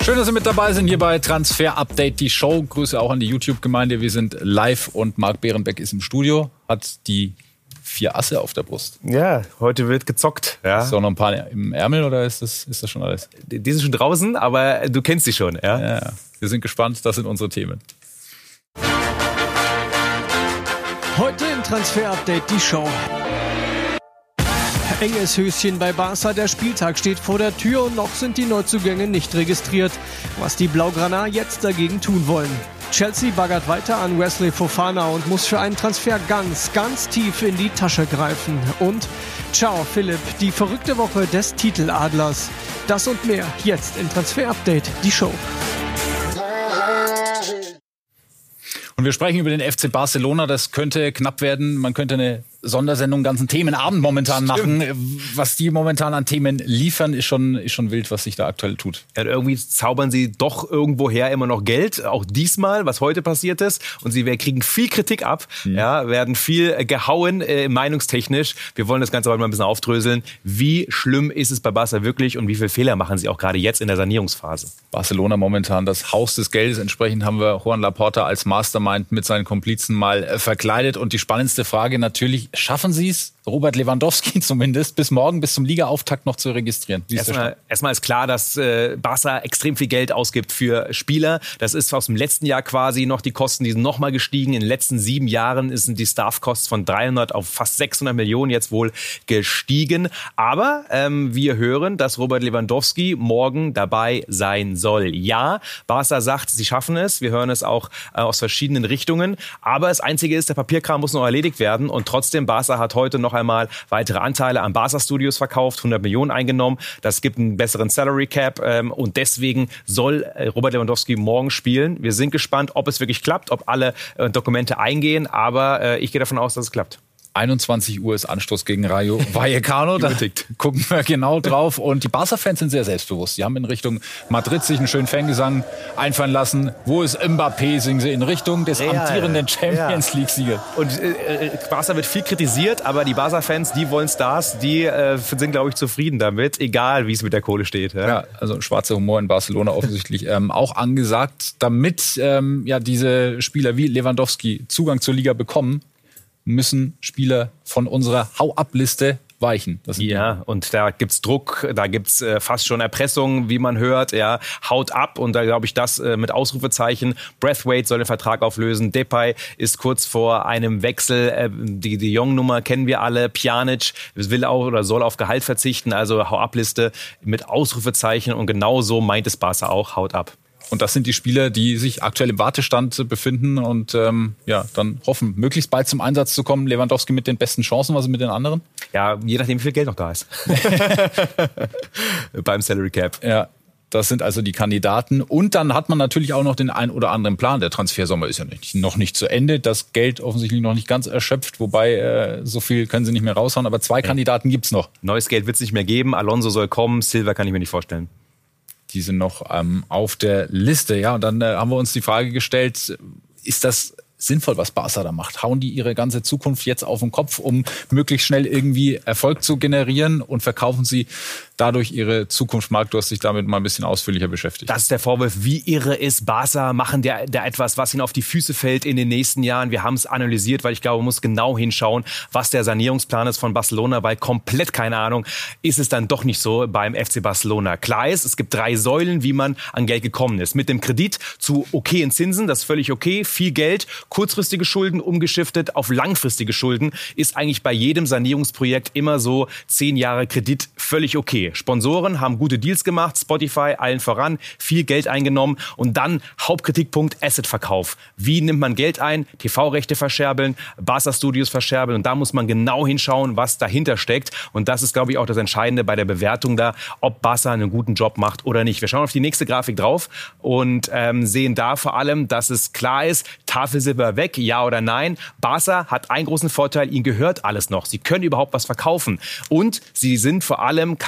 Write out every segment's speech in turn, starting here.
Schön, dass Sie mit dabei sind hier bei Transfer Update, die Show. Grüße auch an die YouTube-Gemeinde. Wir sind live und Marc Behrenbeck ist im Studio, hat die 4 Asse auf der Brust. Ja, heute wird gezockt. Ja. Ist auch noch ein paar im Ärmel oder ist das schon alles? Die sind schon draußen, aber du kennst sie schon. Ja? Ja, wir sind gespannt, das sind unsere Themen. Heute im Transfer Update die Show. Enges Höschen bei Barca, der Spieltag steht vor der Tür und noch sind die Neuzugänge nicht registriert. Was die Blaugrana jetzt dagegen tun wollen. Chelsea baggert weiter an Wesley Fofana und muss für einen Transfer ganz tief in die Tasche greifen. Und ciao Philipp, die verrückte Woche des Titeladlers. Das und mehr jetzt im Transfer Update, die Show. Und wir sprechen über den FC Barcelona, das könnte knapp werden. Man könnte eine Sondersendung, einen ganzen Themenabend momentan machen. Was die momentan an Themen liefern, ist schon wild, was sich da aktuell tut. Ja, irgendwie zaubern sie doch irgendwoher immer noch Geld, auch diesmal, was heute passiert ist. Und sie kriegen viel Kritik ab, werden viel gehauen, meinungstechnisch. Wir wollen das Ganze aber mal ein bisschen aufdröseln. Wie schlimm ist es bei Barca wirklich und wie viele Fehler machen sie auch gerade jetzt in der Sanierungsphase? Barcelona momentan das Haus des Geldes. Entsprechend haben wir Juan Laporta als Mastermind mit seinen Komplizen mal verkleidet. Und die spannendste Frage natürlich, schaffen Sie es, Robert Lewandowski zumindest, bis morgen, bis zum Ligaauftakt noch zu registrieren? Erstmal ist klar, dass Barca extrem viel Geld ausgibt für Spieler. Das ist aus dem letzten Jahr quasi noch die Kosten, die sind nochmal gestiegen. In den letzten 7 Jahren sind die Staff-Costs von 300 auf fast 600 Millionen jetzt wohl gestiegen. Aber wir hören, dass Robert Lewandowski morgen dabei sein soll. Ja, Barca sagt, sie schaffen es. Wir hören es auch aus verschiedenen Richtungen. Aber das Einzige ist, der Papierkram muss noch erledigt werden. Und trotzdem, Barca hat heute noch einmal weitere Anteile an Barca Studios verkauft, 100 Millionen eingenommen. Das gibt einen besseren Salary Cap und deswegen soll Robert Lewandowski morgen spielen. Wir sind gespannt, ob es wirklich klappt, ob alle Dokumente eingehen, aber ich gehe davon aus, dass es klappt. 21 Uhr ist Anstoß gegen Rayo Vallecano. Da gucken wir genau drauf. Und die Barca-Fans sind sehr selbstbewusst. Die haben in Richtung Madrid sich einen schönen Fangesang einfallen lassen. Wo ist Mbappé? Singen sie in Richtung des amtierenden Champions League-Siegers. Und Barca wird viel kritisiert, aber die Barca-Fans, die wollen Stars, die sind, glaube ich, zufrieden damit, egal wie es mit der Kohle steht. Ja, also schwarzer Humor in Barcelona offensichtlich auch angesagt. Damit diese Spieler wie Lewandowski Zugang zur Liga bekommen, müssen Spieler von unserer Hau-Ab-Liste weichen. Und da gibt's Druck, da gibt's fast schon Erpressung, wie man hört. Ja, haut ab und da glaube ich das mit Ausrufezeichen. Braithwaite soll den Vertrag auflösen. Depay ist kurz vor einem Wechsel. Die De Jong-Nummer kennen wir alle. Pjanic will auch oder soll auf Gehalt verzichten. Also Hau-Ab-Liste mit Ausrufezeichen und genau so meint es Barca auch. Haut ab. Und das sind die Spieler, die sich aktuell im Wartestand befinden und dann hoffen, möglichst bald zum Einsatz zu kommen. Lewandowski mit den besten Chancen, was ist mit den anderen? Ja, je nachdem, wie viel Geld noch da ist. Beim Salary Cap. Ja, das sind also die Kandidaten. Und dann hat man natürlich auch noch den ein oder anderen Plan. Der Transfersommer ist ja noch nicht zu Ende. Das Geld offensichtlich noch nicht ganz erschöpft. Wobei, so viel können sie nicht mehr raushauen. Aber 2 Kandidaten gibt's noch. Neues Geld wird's nicht mehr geben. Alonso soll kommen. Silva kann ich mir nicht vorstellen. Die sind noch auf der Liste. Ja, und dann haben wir uns die Frage gestellt, ist das sinnvoll, was Barca da macht? Hauen die ihre ganze Zukunft jetzt auf den Kopf, um möglichst schnell irgendwie Erfolg zu generieren und verkaufen sie dadurch ihre Zukunft? Marc, du hast dich damit mal ein bisschen ausführlicher beschäftigt. Das ist der Vorwurf. Wie irre ist Barca? Machen der etwas, was ihnen auf die Füße fällt in den nächsten Jahren? Wir haben es analysiert, weil ich glaube, man muss genau hinschauen, was der Sanierungsplan ist von Barcelona, weil komplett keine Ahnung ist es dann doch nicht so beim FC Barcelona. Klar ist, es gibt 3 Säulen, wie man an Geld gekommen ist. Mit dem Kredit zu okayen Zinsen, das ist völlig okay. Viel Geld, kurzfristige Schulden umgeschiftet auf langfristige Schulden ist eigentlich bei jedem Sanierungsprojekt immer so 10 Jahre Kredit völlig okay. Sponsoren haben gute Deals gemacht, Spotify allen voran, viel Geld eingenommen und dann Hauptkritikpunkt Assetverkauf. Wie nimmt man Geld ein? TV-Rechte verscherbeln, Barca Studios verscherbeln und da muss man genau hinschauen, was dahinter steckt und das ist, glaube ich, auch das Entscheidende bei der Bewertung da, ob Barca einen guten Job macht oder nicht. Wir schauen auf die nächste Grafik drauf und sehen da vor allem, dass es klar ist, Tafelsilber weg, ja oder nein. Barca hat einen großen Vorteil, ihnen gehört alles noch. Sie können überhaupt was verkaufen und sie sind vor allem kein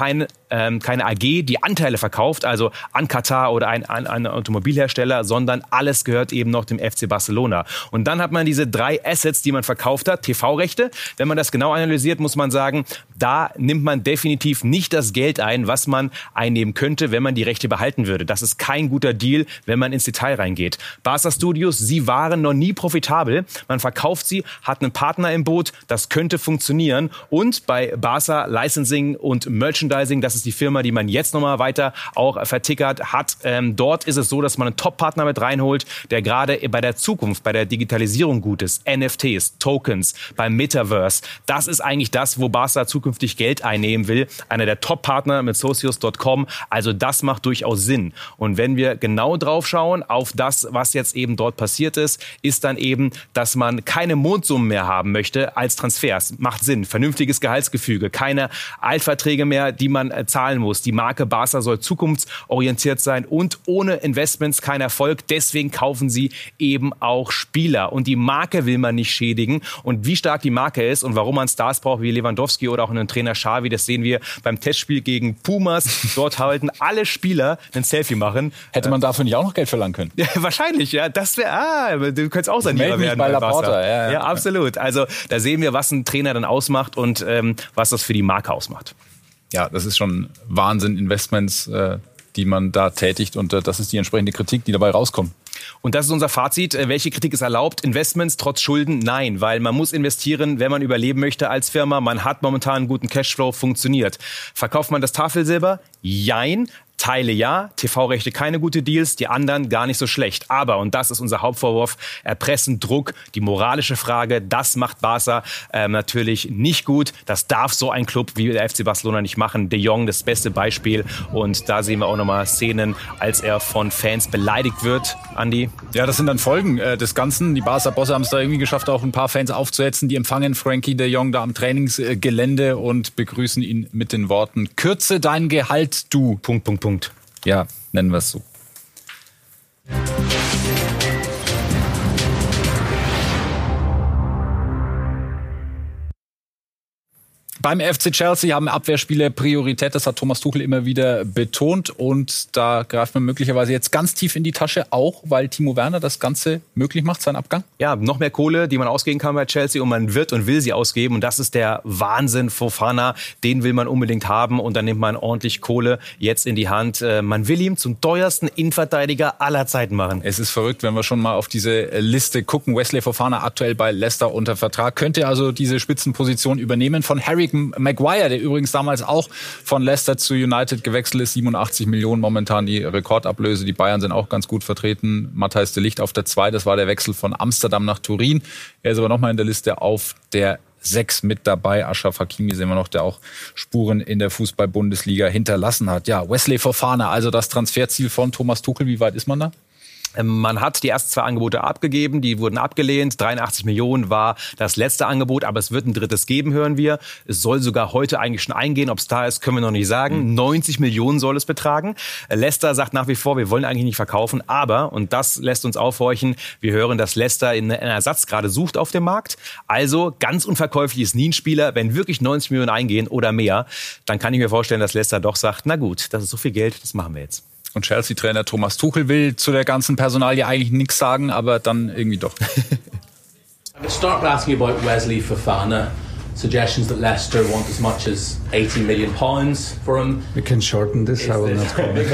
keine AG, die Anteile verkauft, also an Katar oder ein Automobilhersteller, sondern alles gehört eben noch dem FC Barcelona. Und dann hat man diese 3 Assets, die man verkauft hat, TV-Rechte. Wenn man das genau analysiert, muss man sagen, da nimmt man definitiv nicht das Geld ein, was man einnehmen könnte, wenn man die Rechte behalten würde. Das ist kein guter Deal, wenn man ins Detail reingeht. Barca Studios, sie waren noch nie profitabel. Man verkauft sie, hat einen Partner im Boot, das könnte funktionieren. Und bei Barca Licensing und Merchandising, das ist die Firma, die man jetzt nochmal weiter auch vertickert hat. Dort ist es so, dass man einen Top-Partner mit reinholt, der gerade bei der Zukunft, bei der Digitalisierung gut ist. NFTs, Tokens, beim Metaverse. Das ist eigentlich das, wo Barca zukünftig Geld einnehmen will. Einer der Top-Partner mit Socios.com. Also das macht durchaus Sinn. Und wenn wir genau drauf schauen auf das, was jetzt eben dort passiert ist dann eben, dass man keine Mondsummen mehr haben möchte als Transfers. Macht Sinn. Vernünftiges Gehaltsgefüge. Keine Altverträge mehr, die man zahlen muss. Die Marke Barca soll zukunftsorientiert sein und ohne Investments kein Erfolg. Deswegen kaufen sie eben auch Spieler. Und die Marke will man nicht schädigen. Und wie stark die Marke ist und warum man Stars braucht wie Lewandowski oder auch einen Trainer Xavi, das sehen wir beim Testspiel gegen Pumas. Dort halten alle Spieler ein Selfie machen. Hätte man dafür nicht auch noch Geld verlangen können? Ja, wahrscheinlich, ja. Das wäre, du könntest auch Sanierer werden bei Laporta. Ja, absolut. Also da sehen wir, was ein Trainer dann ausmacht und was das für die Marke ausmacht. Ja, das ist schon Wahnsinn, Investments, die man da tätigt. Und das ist die entsprechende Kritik, die dabei rauskommt. Und das ist unser Fazit. Welche Kritik ist erlaubt? Investments trotz Schulden? Nein, weil man muss investieren, wenn man überleben möchte als Firma. Man hat momentan einen guten Cashflow, funktioniert. Verkauft man das Tafelsilber? Jein. Teile ja, TV-Rechte keine gute Deals, die anderen gar nicht so schlecht. Aber, und das ist unser Hauptvorwurf, Erpressen, Druck, die moralische Frage, das macht Barca natürlich nicht gut. Das darf so ein Club wie der FC Barcelona nicht machen. De Jong, das beste Beispiel. Und da sehen wir auch nochmal Szenen, als er von Fans beleidigt wird. Andi? Ja, das sind dann Folgen des Ganzen. Die Barca-Bosse haben es da irgendwie geschafft, auch ein paar Fans aufzuhetzen. Die empfangen Frankie de Jong da am Trainingsgelände und begrüßen ihn mit den Worten: Kürze dein Gehalt, du. ... Ja, nennen wir es so. Beim FC Chelsea haben Abwehrspiele Priorität, das hat Thomas Tuchel immer wieder betont und da greift man möglicherweise jetzt ganz tief in die Tasche, auch weil Timo Werner das Ganze möglich macht, seinen Abgang. Ja, noch mehr Kohle, die man ausgeben kann bei Chelsea und man wird und will sie ausgeben und das ist der Wahnsinn. Fofana, den will man unbedingt haben und dann nimmt man ordentlich Kohle jetzt in die Hand. Man will ihn zum teuersten Innenverteidiger aller Zeiten machen. Es ist verrückt, wenn wir schon mal auf diese Liste gucken. Wesley Fofana aktuell bei Leicester unter Vertrag, könnte also diese Spitzenposition übernehmen von Harry Maguire, der übrigens damals auch von Leicester zu United gewechselt ist. 87 Millionen momentan die Rekordablöse. Die Bayern sind auch ganz gut vertreten. Matthijs de Ligt auf der 2, das war der Wechsel von Amsterdam nach Turin. Er ist aber nochmal in der Liste auf der 6 mit dabei. Achraf Hakimi sehen wir noch, der auch Spuren in der Fußball-Bundesliga hinterlassen hat. Ja, Wesley Fofana, also das Transferziel von Thomas Tuchel. Wie weit ist man da? Man hat die ersten 2 Angebote abgegeben, die wurden abgelehnt. 83 Millionen war das letzte Angebot, aber es wird ein drittes geben, hören wir. Es soll sogar heute eigentlich schon eingehen. Ob es da ist, können wir noch nicht sagen. 90 Millionen soll es betragen. Leicester sagt nach wie vor, wir wollen eigentlich nicht verkaufen, aber, und das lässt uns aufhorchen, wir hören, dass Leicester einen Ersatz gerade sucht auf dem Markt. Also ganz unverkäuflich ist nie ein Spieler. Wenn wirklich 90 Millionen eingehen oder mehr, dann kann ich mir vorstellen, dass Leicester doch sagt, na gut, das ist so viel Geld, das machen wir jetzt. Und Chelsea-Trainer Thomas Tuchel will zu der ganzen Personalie eigentlich nichts sagen, aber dann irgendwie doch. I could start by asking you about Wesley Fofana. Suggestions that Leicester want as much as £80 million for him. We can shorten this. I will not comment.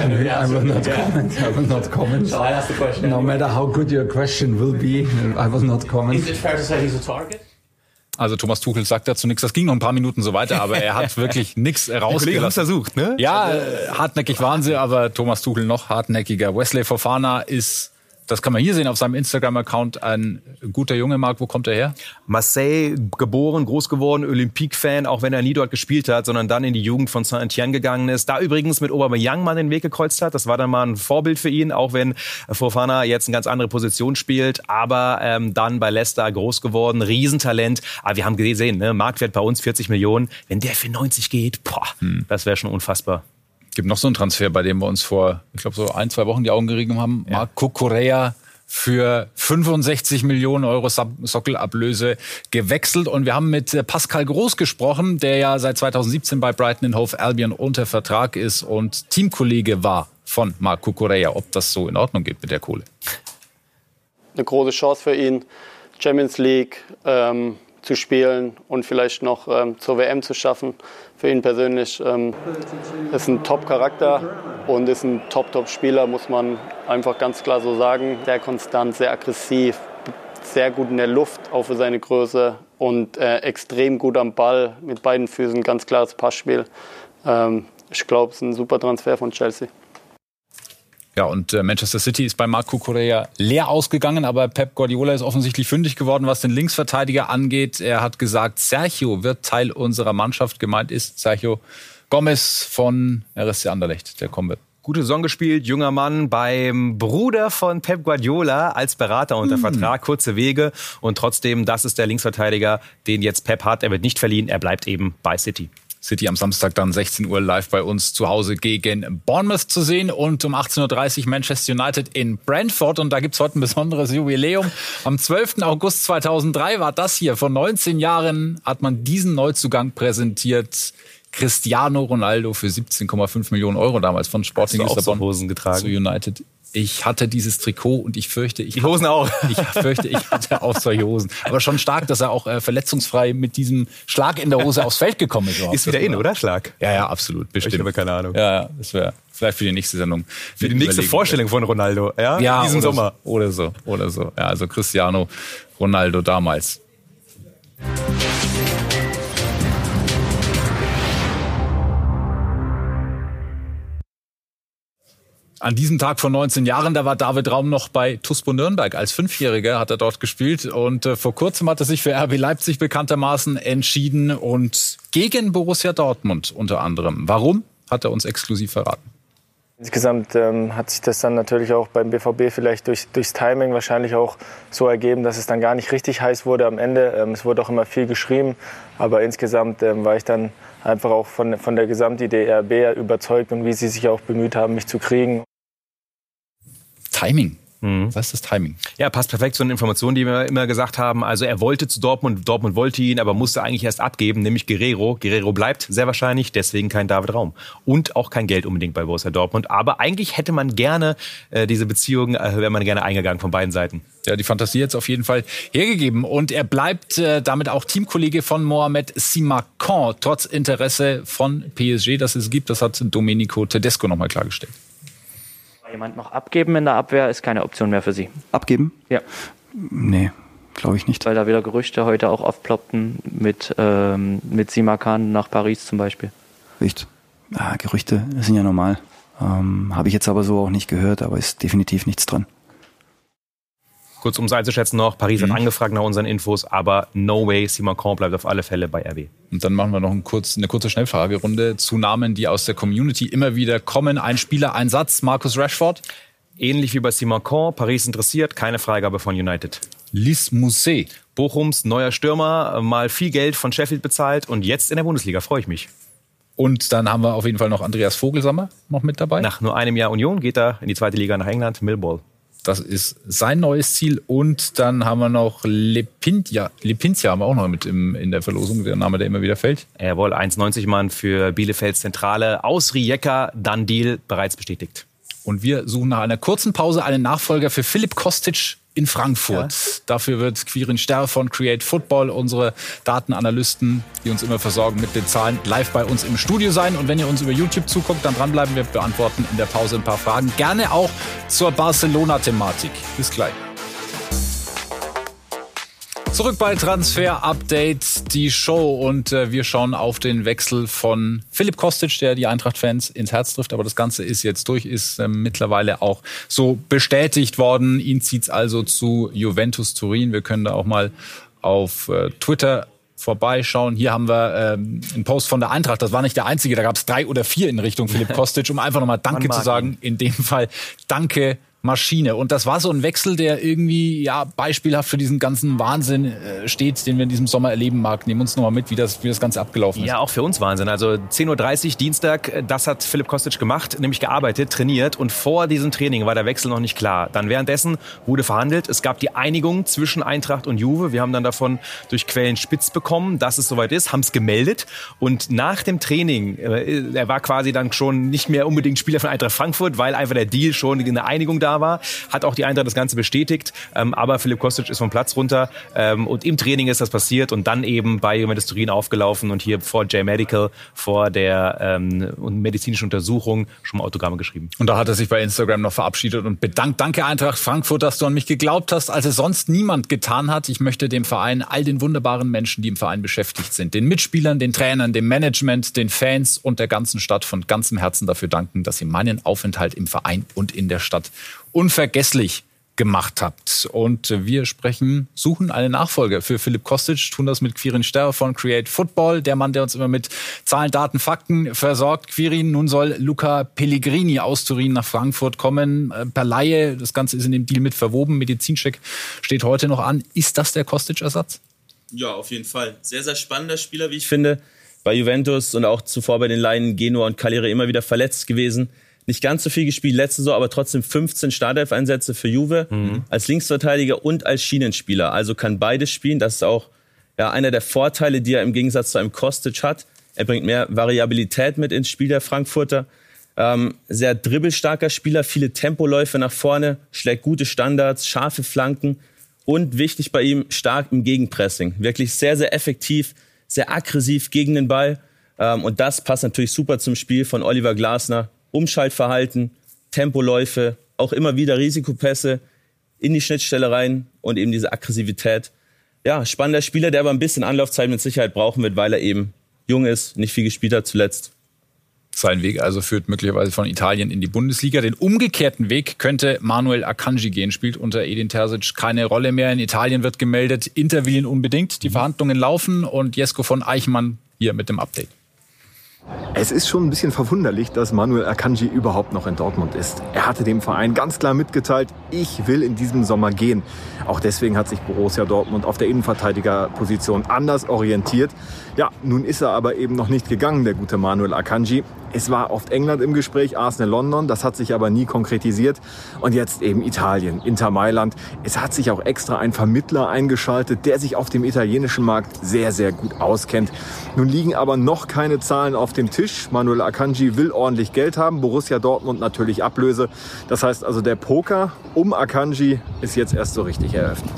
I will not comment. Shall I ask the question? No matter how good your question will be, I will not comment. Is it fair to say he's a target? Also Thomas Tuchel sagt dazu nichts. Das ging noch ein paar Minuten so weiter, aber er hat wirklich nichts rausgelassen. Versucht, ne? Ja, hartnäckig waren sie, aber Thomas Tuchel noch hartnäckiger. Wesley Fofana ist, das kann man hier sehen auf seinem Instagram-Account, ein guter Junge. Marc, wo kommt er her? Marseille, geboren, groß geworden, Olympique-Fan, auch wenn er nie dort gespielt hat, sondern dann in die Jugend von Saint-Étienne gegangen ist. Da übrigens mit Aubameyang mal den Weg gekreuzt hat. Das war dann mal ein Vorbild für ihn, auch wenn Fofana jetzt eine ganz andere Position spielt. Aber dann bei Leicester groß geworden, Riesentalent. Aber wir haben gesehen, ne? Marktwert bei uns 40 Millionen. Wenn der für 90 geht, das wäre schon unfassbar. Gibt noch so einen Transfer, bei dem wir uns vor, ich glaube, so 1-2 Wochen die Augen gerieben haben. Ja. Marco Correa für 65 Millionen Euro Sockelablöse gewechselt. Und wir haben mit Pascal Groß gesprochen, der ja seit 2017 bei Brighton & Hove Albion unter Vertrag ist und Teamkollege war von Marc Cucurella. Ob das so in Ordnung geht mit der Kohle? Eine große Chance für ihn, Champions League zu spielen und vielleicht noch zur WM zu schaffen. Für ihn persönlich ist ein Top-Charakter und ist ein Top-Spieler, muss man einfach ganz klar so sagen. Sehr konstant, sehr aggressiv, sehr gut in der Luft, auch für seine Größe und extrem gut am Ball, mit beiden Füßen, ganz klares Passspiel. Ich glaube, es ist ein super Transfer von Chelsea. Ja, und Manchester City ist bei Marc Cucurella leer ausgegangen, aber Pep Guardiola ist offensichtlich fündig geworden, was den Linksverteidiger angeht. Er hat gesagt, Sergio wird Teil unserer Mannschaft. Gemeint ist Sergio Gomez von RSC Anderlecht, der kommen wird. Gute Saison gespielt, junger Mann beim Bruder von Pep Guardiola als Berater unter Vertrag, kurze Wege. Und trotzdem, das ist der Linksverteidiger, den jetzt Pep hat. Er wird nicht verliehen, er bleibt eben bei City. City am Samstag dann 16 Uhr live bei uns zu Hause gegen Bournemouth zu sehen und um 18.30 Uhr Manchester United in Brentford. Und da gibt's heute ein besonderes Jubiläum. Am 12. August 2003 war das hier. Vor 19 Jahren hat man diesen Neuzugang präsentiert. Cristiano Ronaldo für 17,5 Millionen Euro damals von Sporting Lissabon Hosen getragen zu United. Ich hatte dieses Trikot und ich fürchte, ich hatte auch solche Hosen. Aber schon stark, dass er auch verletzungsfrei mit diesem Schlag in der Hose aufs Feld gekommen ist. Ist wieder in, oder? Schlag? Ja, absolut. Bestimmt. Ich habe keine Ahnung. Ja, das wäre vielleicht für die nächste Sendung. Für die nächste Vorstellung von Ronaldo, ja? Ja, diesen Sommer. Oder so. Ja, also Cristiano Ronaldo damals. An diesem Tag vor 19 Jahren, da war David Raum noch bei TuSpo Nürnberg. Als 5-Jähriger hat er dort gespielt und vor kurzem hat er sich für RB Leipzig bekanntermaßen entschieden und gegen Borussia Dortmund unter anderem. Warum, hat er uns exklusiv verraten. Insgesamt hat sich das dann natürlich auch beim BVB vielleicht durchs Timing wahrscheinlich auch so ergeben, dass es dann gar nicht richtig heiß wurde am Ende. Es wurde auch immer viel geschrieben, aber insgesamt war ich dann einfach auch von der Gesamtidee RB überzeugt und wie sie sich auch bemüht haben, mich zu kriegen. Timing. Was ist das Timing? Ja, passt perfekt zu den Informationen, die wir immer gesagt haben. Also er wollte zu Dortmund, Dortmund wollte ihn, aber musste eigentlich erst abgeben, nämlich Guerreiro. Guerreiro bleibt sehr wahrscheinlich, deswegen kein David Raum. Und auch kein Geld unbedingt bei Borussia Dortmund. Aber eigentlich hätte man gerne diese Beziehung, wäre man gerne eingegangen von beiden Seiten. Ja, die Fantasie jetzt auf jeden Fall hergegeben. Und er bleibt damit auch Teamkollege von Mohamed Simakan, trotz Interesse von PSG, das es gibt. Das hat Domenico Tedesco nochmal klargestellt. Jemand noch abgeben in der Abwehr ist keine Option mehr für Sie. Abgeben? Ja. Nee, glaube ich nicht. Weil da wieder Gerüchte heute auch aufploppten mit Simakan nach Paris zum Beispiel. Echt? Ja, Gerüchte sind ja normal. Habe ich jetzt aber so auch nicht gehört, aber ist definitiv nichts dran. Kurz um es einzuschätzen noch, Paris hat angefragt nach unseren Infos, aber no way, Simakan bleibt auf alle Fälle bei RB. Und dann machen wir noch eine kurze Schnellfragerunde zu Namen, die aus der Community immer wieder kommen. Ein Spieler, ein Satz, Marcus Rashford. Ähnlich wie bei Simakan, Paris interessiert, keine Freigabe von United. Lys Mousset. Bochums neuer Stürmer, mal viel Geld von Sheffield bezahlt und jetzt in der Bundesliga, freue ich mich. Und dann haben wir auf jeden Fall noch Andreas Vogelsammer noch mit dabei. Nach nur einem Jahr Union geht er in die zweite Liga nach England, Millwall. Das ist sein neues Ziel. Und dann haben wir noch Lepintia haben wir auch noch mit in der Verlosung, der Name, der immer wieder fällt. Jawohl, 1,90 Mann für Bielefelds Zentrale. Aus Rijeka, dann Deal bereits bestätigt. Und wir suchen nach einer kurzen Pause einen Nachfolger für Filip Kostic in Frankfurt. Ja. Dafür wird Quirin Sterr von Create Football, unsere Datenanalysten, die uns immer versorgen mit den Zahlen, live bei uns im Studio sein. Und wenn ihr uns über YouTube zuguckt, dann dranbleiben. Wir beantworten in der Pause ein paar Fragen. Gerne auch zur Barcelona-Thematik. Bis gleich. Zurück bei Transfer Update, die Show. Und wir schauen auf den Wechsel von Filip Kostic, der die Eintracht-Fans ins Herz trifft. Aber das Ganze ist jetzt durch, ist mittlerweile auch so bestätigt worden. Ihn zieht's also zu Juventus Turin. Wir können da auch mal auf Twitter vorbeischauen. Hier haben wir einen Post von der Eintracht. Das war nicht der einzige. Da gab es 3 oder 4 in Richtung Filip Kostic, um einfach nochmal Danke zu sagen. In dem Fall Danke Maschine. Und das war so ein Wechsel, der irgendwie beispielhaft für diesen ganzen Wahnsinn steht, den wir in diesem Sommer erleben mag. Nehmen uns nochmal mit, wie das Ganze abgelaufen ist. Ja, auch für uns Wahnsinn. Also 10.30 Uhr Dienstag, das hat Filip Kostic gemacht, nämlich gearbeitet, trainiert. Und vor diesem Training war der Wechsel noch nicht klar. Dann währenddessen wurde verhandelt. Es gab die Einigung zwischen Eintracht und Juve. Wir haben dann davon durch Quellen spitz bekommen, dass es soweit ist, haben es gemeldet. Und nach dem Training, er war quasi dann schon nicht mehr unbedingt Spieler von Eintracht Frankfurt, weil einfach der Deal schon in der Einigung da war, hat auch die Eintracht das Ganze bestätigt, aber Filip Kostic ist vom Platz runter und im Training ist das passiert und dann eben bei Juventus Turin aufgelaufen und hier vor J-Medical, vor der medizinischen Untersuchung schon mal Autogramme geschrieben. Und da hat er sich bei Instagram noch verabschiedet und bedankt. Danke Eintracht Frankfurt, dass du an mich geglaubt hast, als es sonst niemand getan hat. Ich möchte dem Verein, all den wunderbaren Menschen, die im Verein beschäftigt sind, den Mitspielern, den Trainern, dem Management, den Fans und der ganzen Stadt von ganzem Herzen dafür danken, dass ihr meinen Aufenthalt im Verein und in der Stadt unvergesslich gemacht habt. Und wir suchen eine Nachfolge für Filip Kostic, tun das mit Quirin Sterr von Create Football, der Mann, der uns immer mit Zahlen, Daten, Fakten versorgt. Quirin, nun soll Luca Pellegrini aus Turin nach Frankfurt kommen, per Leihe. Das Ganze ist in dem Deal mit verwoben. Medizincheck steht heute noch an. Ist das der Kostic-Ersatz? Ja, auf jeden Fall. Sehr, sehr spannender Spieler, wie ich finde. Bei Juventus und auch zuvor bei den Leihen Genua und Cagliari immer wieder verletzt gewesen. Nicht ganz so viel gespielt letzte Saison, aber trotzdem 15 Startelf-Einsätze für Juve als Linksverteidiger und als Schienenspieler. Also kann beides spielen. Das ist auch einer der Vorteile, die er im Gegensatz zu einem Kostic hat. Er bringt mehr Variabilität mit ins Spiel der Frankfurter. Sehr dribbelstarker Spieler, viele Tempoläufe nach vorne, schlägt gute Standards, scharfe Flanken und wichtig bei ihm, stark im Gegenpressing. Wirklich sehr, sehr effektiv, sehr aggressiv gegen den Ball. Und das passt natürlich super zum Spiel von Oliver Glasner. Umschaltverhalten, Tempoläufe, auch immer wieder Risikopässe in die Schnittstelle rein und eben diese Aggressivität. Ja, spannender Spieler, der aber ein bisschen Anlaufzeit mit Sicherheit brauchen wird, weil er eben jung ist, nicht viel gespielt hat zuletzt. Sein Weg also führt möglicherweise von Italien in die Bundesliga. Den umgekehrten Weg könnte Manuel Akanji gehen, spielt unter Edin Terzic keine Rolle mehr. In Italien wird gemeldet, Inter will ihn unbedingt. Die Verhandlungen laufen und Jesko von Eichmann hier mit dem Update. Es ist schon ein bisschen verwunderlich, dass Manuel Akanji überhaupt noch in Dortmund ist. Er hatte dem Verein ganz klar mitgeteilt, ich will in diesem Sommer gehen. Auch deswegen hat sich Borussia Dortmund auf der Innenverteidigerposition anders orientiert. Ja, nun ist er aber eben noch nicht gegangen, der gute Manuel Akanji. Es war oft England im Gespräch, Arsenal London, das hat sich aber nie konkretisiert. Und jetzt eben Italien, Inter Mailand. Es hat sich auch extra ein Vermittler eingeschaltet, der sich auf dem italienischen Markt sehr, sehr gut auskennt. Nun liegen aber noch keine Zahlen auf dem Tisch. Manuel Akanji will ordentlich Geld haben, Borussia Dortmund natürlich Ablöse. Das heißt also, der Poker um Akanji ist jetzt erst so richtig eröffnet.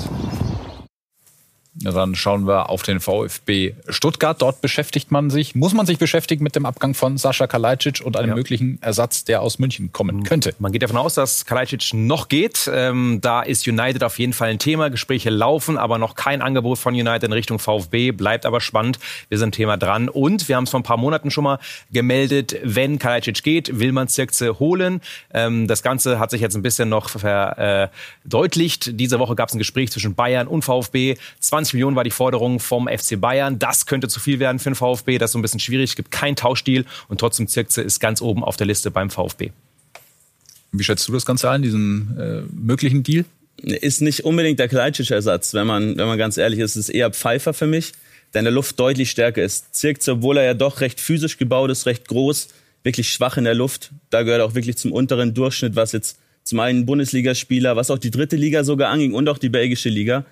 Ja, dann schauen wir auf den VfB Stuttgart. Dort muss man sich beschäftigen mit dem Abgang von Sascha Kalajdzic und einem möglichen Ersatz, der aus München kommen könnte. Man geht davon aus, dass Kalajdzic noch geht. Da ist United auf jeden Fall ein Thema. Gespräche laufen, aber noch kein Angebot von United in Richtung VfB. Bleibt aber spannend. Wir sind am Thema dran. Und wir haben es vor ein paar Monaten schon mal gemeldet, wenn Kalajdzic geht, will man Zirkzee holen. Das Ganze hat sich jetzt ein bisschen noch verdeutlicht. Diese Woche gab es ein Gespräch zwischen Bayern und VfB. 20 Millionen war die Forderung vom FC Bayern. Das könnte zu viel werden für den VfB. Das ist so ein bisschen schwierig. Es gibt keinen Tauschdeal und trotzdem Zirkzee ist ganz oben auf der Liste beim VfB. Wie schätzt du das Ganze ein, diesen möglichen Deal? Ist nicht unbedingt der Kalajdzic-Ersatz, wenn man ganz ehrlich ist. Es ist eher Pfeiffer für mich, der in der Luft deutlich stärker ist. Zirkzee, obwohl er ja doch recht physisch gebaut ist, recht groß, wirklich schwach in der Luft. Da gehört er auch wirklich zum unteren Durchschnitt, was jetzt zum einen Bundesligaspieler, was auch die dritte Liga sogar anging und auch die belgische Liga.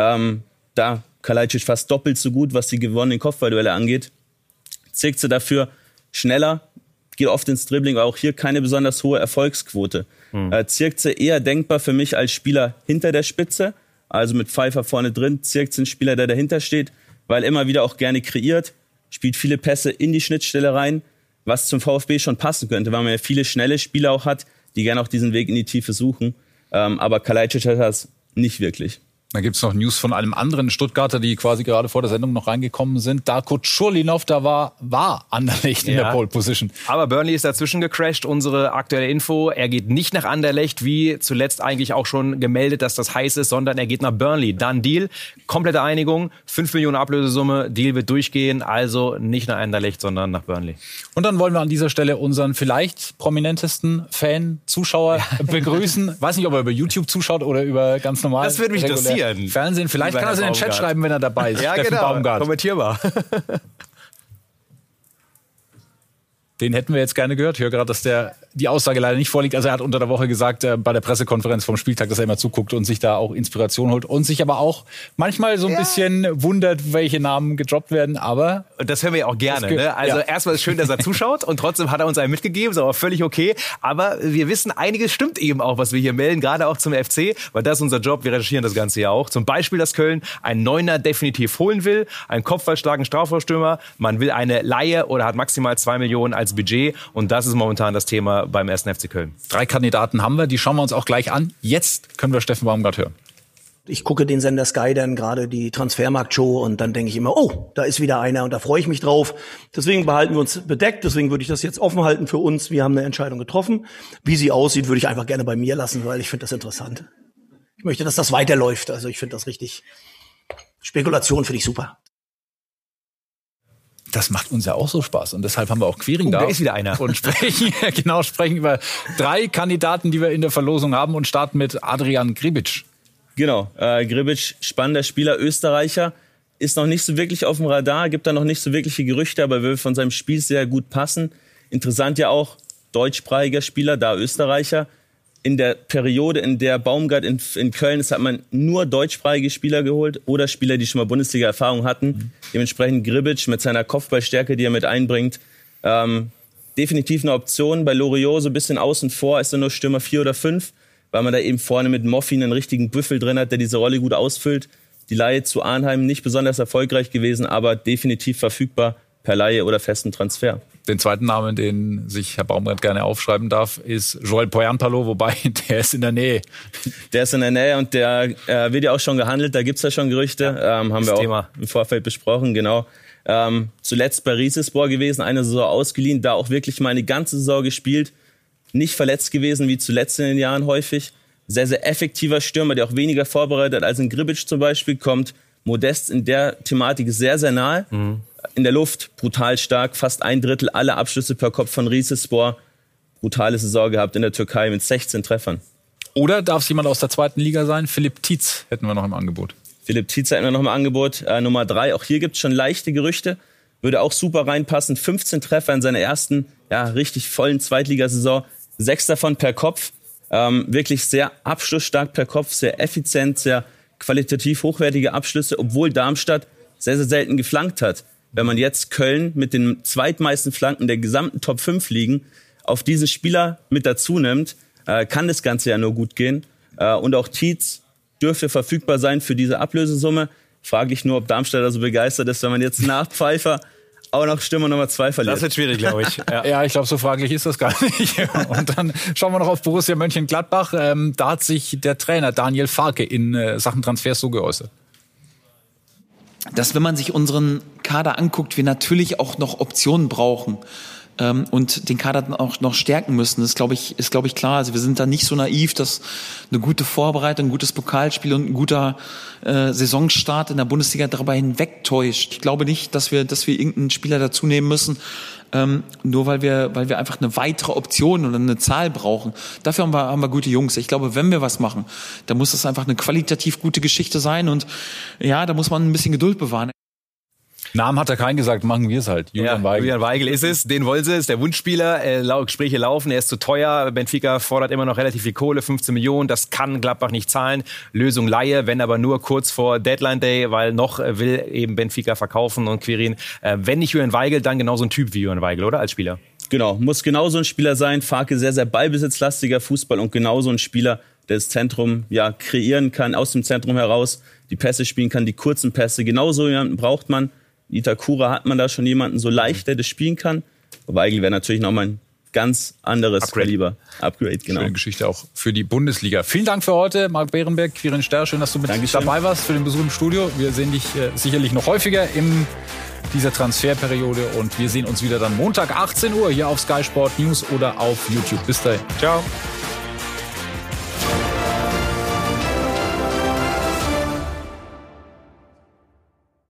Da Kalajdzic fast doppelt so gut, was die gewonnenen Kopfballduelle angeht. Zirkzee dafür schneller, geht oft ins Dribbling, aber auch hier keine besonders hohe Erfolgsquote. Zirkzee eher denkbar für mich als Spieler hinter der Spitze, also mit Pfeiffer vorne drin. Zirkzee ein Spieler, der dahinter steht, weil immer wieder auch gerne kreiert, spielt viele Pässe in die Schnittstelle rein, was zum VfB schon passen könnte, weil man ja viele schnelle Spieler auch hat, die gerne auch diesen Weg in die Tiefe suchen. Aber Kalajdzic hat das nicht wirklich. Da gibt's noch News von einem anderen Stuttgarter, die quasi gerade vor der Sendung noch reingekommen sind. Darko Tschurlinov, da war Anderlecht in der Pole Position. Aber Burnley ist dazwischen gecrashed. Unsere aktuelle Info, er geht nicht nach Anderlecht, wie zuletzt eigentlich auch schon gemeldet, dass das heiß ist, sondern er geht nach Burnley. Dann Deal, komplette Einigung, 5 Millionen Ablösesumme, Deal wird durchgehen, also nicht nach Anderlecht, sondern nach Burnley. Und dann wollen wir an dieser Stelle unseren vielleicht prominentesten Fan, Zuschauer begrüßen. Weiß nicht, ob er über YouTube zuschaut oder über ganz normal. Das würde mich interessieren. Fernsehen. Vielleicht kann er es in den Chat schreiben, wenn er dabei ist. Ja, Steffen genau. Baumgart. Kommentierbar. Den hätten wir jetzt gerne gehört. Ich höre gerade, dass die Aussage leider nicht vorliegt. Also er hat unter der Woche gesagt, bei der Pressekonferenz vom Spieltag, dass er immer zuguckt und sich da auch Inspiration holt und sich aber auch manchmal so ein bisschen wundert, welche Namen gedroppt werden. Aber und das hören wir ja auch gerne. Ne? Also erstmal ist schön, dass er zuschaut und trotzdem hat er uns einen mitgegeben, ist aber völlig okay. Aber wir wissen, einiges stimmt eben auch, was wir hier melden, gerade auch zum FC, weil das ist unser Job. Wir recherchieren das Ganze ja auch. Zum Beispiel, dass Köln einen Neuner definitiv holen will, einen kopfballstarken Strafraumstürmer. Man will eine Leihe oder hat maximal 2 Millionen als Budget und das ist momentan das Thema beim 1. FC Köln. 3 Kandidaten haben wir, die schauen wir uns auch gleich an. Jetzt können wir Steffen Baumgart hören. Ich gucke den Sender Sky dann gerade die Transfermarkt-Show und dann denke ich immer, oh, da ist wieder einer und da freue ich mich drauf. Deswegen behalten wir uns bedeckt, deswegen würde ich das jetzt offen halten für uns. Wir haben eine Entscheidung getroffen. Wie sie aussieht, würde ich einfach gerne bei mir lassen, weil ich finde das interessant. Ich möchte, dass das weiterläuft. Also ich finde das richtig. Spekulation finde ich super. Das macht uns ja auch so Spaß und deshalb haben wir auch Quiring da. Da ist wieder einer. Und sprechen über 3 Kandidaten, die wir in der Verlosung haben und starten mit Adrian Gribic. Genau, Gribic, spannender Spieler, Österreicher, ist noch nicht so wirklich auf dem Radar, gibt da noch nicht so wirkliche Gerüchte, aber will von seinem Spiel sehr gut passen. Interessant ja auch, deutschsprachiger Spieler, da Österreicher. In der Periode, in der Baumgart in Köln ist, hat man nur deutschsprachige Spieler geholt oder Spieler, die schon mal Bundesliga-Erfahrung hatten. Dementsprechend Gribic mit seiner Kopfballstärke, die er mit einbringt, definitiv eine Option. Bei Loriot so ein bisschen außen vor, ist er nur Stürmer 4 oder 5, weil man da eben vorne mit Moffin einen richtigen Büffel drin hat, der diese Rolle gut ausfüllt. Die Leihe zu Arnheim nicht besonders erfolgreich gewesen, aber definitiv verfügbar per Leihe oder festen Transfer. Den zweiten Namen, den sich Herr Baumgart gerne aufschreiben darf, ist Joel Poyampalo, wobei der ist in der Nähe. Der ist in der Nähe und der wird ja auch schon gehandelt, da gibt's ja schon Gerüchte, haben wir auch im Vorfeld besprochen, genau. Zuletzt bei Rizespor gewesen, eine Saison ausgeliehen, da auch wirklich mal eine ganze Saison gespielt, nicht verletzt gewesen wie zuletzt in den Jahren häufig. Sehr, sehr effektiver Stürmer, der auch weniger vorbereitet als in Gribic zum Beispiel, kommt Modest in der Thematik sehr, sehr nahe. In der Luft brutal stark, fast 1/3 aller Abschlüsse per Kopf von Rizespor. Brutale Saison gehabt in der Türkei mit 16 Treffern. Oder darf es jemand aus der 2. Liga sein? Philipp Tietz hätten wir noch im Angebot. Philipp Tietz hätten wir noch im Angebot. Nummer 3, auch hier gibt es schon leichte Gerüchte. Würde auch super reinpassen. 15 Treffer in seiner ersten, richtig vollen Zweitligasaison. 6 davon per Kopf. Wirklich sehr abschlussstark per Kopf, sehr effizient, sehr qualitativ hochwertige Abschlüsse, obwohl Darmstadt sehr, sehr selten geflankt hat. Wenn man jetzt Köln mit den zweitmeisten Flanken der gesamten Top 5 Ligen auf diesen Spieler mit dazu nimmt, kann das Ganze ja nur gut gehen. Und auch Tietz dürfte verfügbar sein für diese Ablösesumme. Frage ich nur, ob Darmstadt da so begeistert ist, wenn man jetzt nach Pfeiffer auch noch Stürmer Nummer 2 verliert. Das wird schwierig, glaube ich. Ja, ich glaube, so fraglich ist das gar nicht. Und dann schauen wir noch auf Borussia Mönchengladbach. Da hat sich der Trainer Daniel Farke in Sachen Transfers so geäußert. Dass, wenn man sich unseren Kader anguckt, wir natürlich auch noch Optionen brauchen und den Kader dann auch noch stärken müssen, ist, glaube ich, klar. Also wir sind da nicht so naiv, dass eine gute Vorbereitung, ein gutes Pokalspiel und ein guter Saisonstart in der Bundesliga darüber hinwegtäuscht. Ich glaube nicht, dass wir irgendeinen Spieler dazu nehmen müssen, nur weil wir einfach eine weitere Option oder eine Zahl brauchen. Dafür haben wir gute Jungs. Ich glaube, wenn wir was machen, dann muss das einfach eine qualitativ gute Geschichte sein und ja, da muss man ein bisschen Geduld bewahren. Namen hat er keinen gesagt, machen wir es halt. Julian Weigl ist es, den wollen sie, ist der Wunschspieler. Gespräche laufen, er ist zu teuer. Benfica fordert immer noch relativ viel Kohle, 15 Millionen. Das kann Gladbach nicht zahlen. Lösung Leihe, wenn aber nur kurz vor Deadline Day, weil noch will eben Benfica verkaufen und Quirin. Wenn nicht Julian Weigl, dann genauso ein Typ wie Julian Weigl, oder? Als Spieler. Genau, muss genauso ein Spieler sein. Farke sehr, sehr ballbesitzlastiger Fußball und genauso ein Spieler, der das Zentrum kreieren kann, aus dem Zentrum heraus die Pässe spielen kann, die kurzen Pässe. Genauso jemanden braucht man. Itakura hat man da schon jemanden so leicht, der das spielen kann. Weigl wäre natürlich nochmal ein ganz anderes Kaliber. Upgrade, genau. Schöne Geschichte auch für die Bundesliga. Vielen Dank für heute, Marc Bärenberg, Quirin Sterr. Schön, dass du mit dabei warst für den Besuch im Studio. Wir sehen dich sicherlich noch häufiger in dieser Transferperiode und wir sehen uns wieder dann Montag 18 Uhr hier auf Sky Sport News oder auf YouTube. Bis dahin. Ciao.